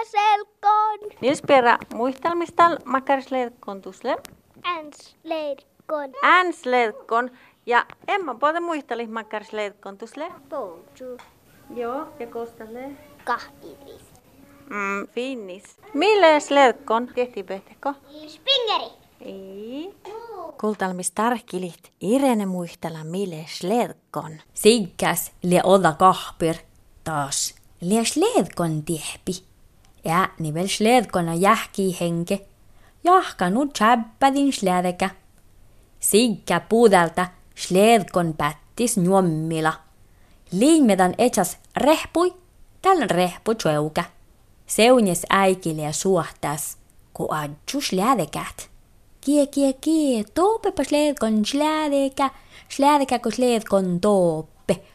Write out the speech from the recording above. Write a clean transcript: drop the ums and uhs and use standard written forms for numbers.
makkarisleedkon. Nils Perra muistelmistal makkarisleedkon tusle. Änsleedkon. Änsleedkon. Ja Emma puolta muisteli makkarisleedkon tusle. Pouju. Joo, ja kostalle. Kahtiris. Finnis. Mille sleedkon tehtiin pehteko? Spingeri. Ei. Kultalmis tarkkilit Irene muistella mille sleedkon. Sigkäs lie olla kahpir taas. Lie sleedkon tiehpi. Ääni vel sleedkona jähkii henke. Jahkanu tsäppädin sledekä. Sigkä puudelta sleedkon pättis njommila. Liimedan etsas rehpui, tällän rehpu tjoukä. Seunjes äikilie suhtas, ku adju sledekät. Kie, toopepa sleedkon sledekä, sledekä ku sleedkon tooppe.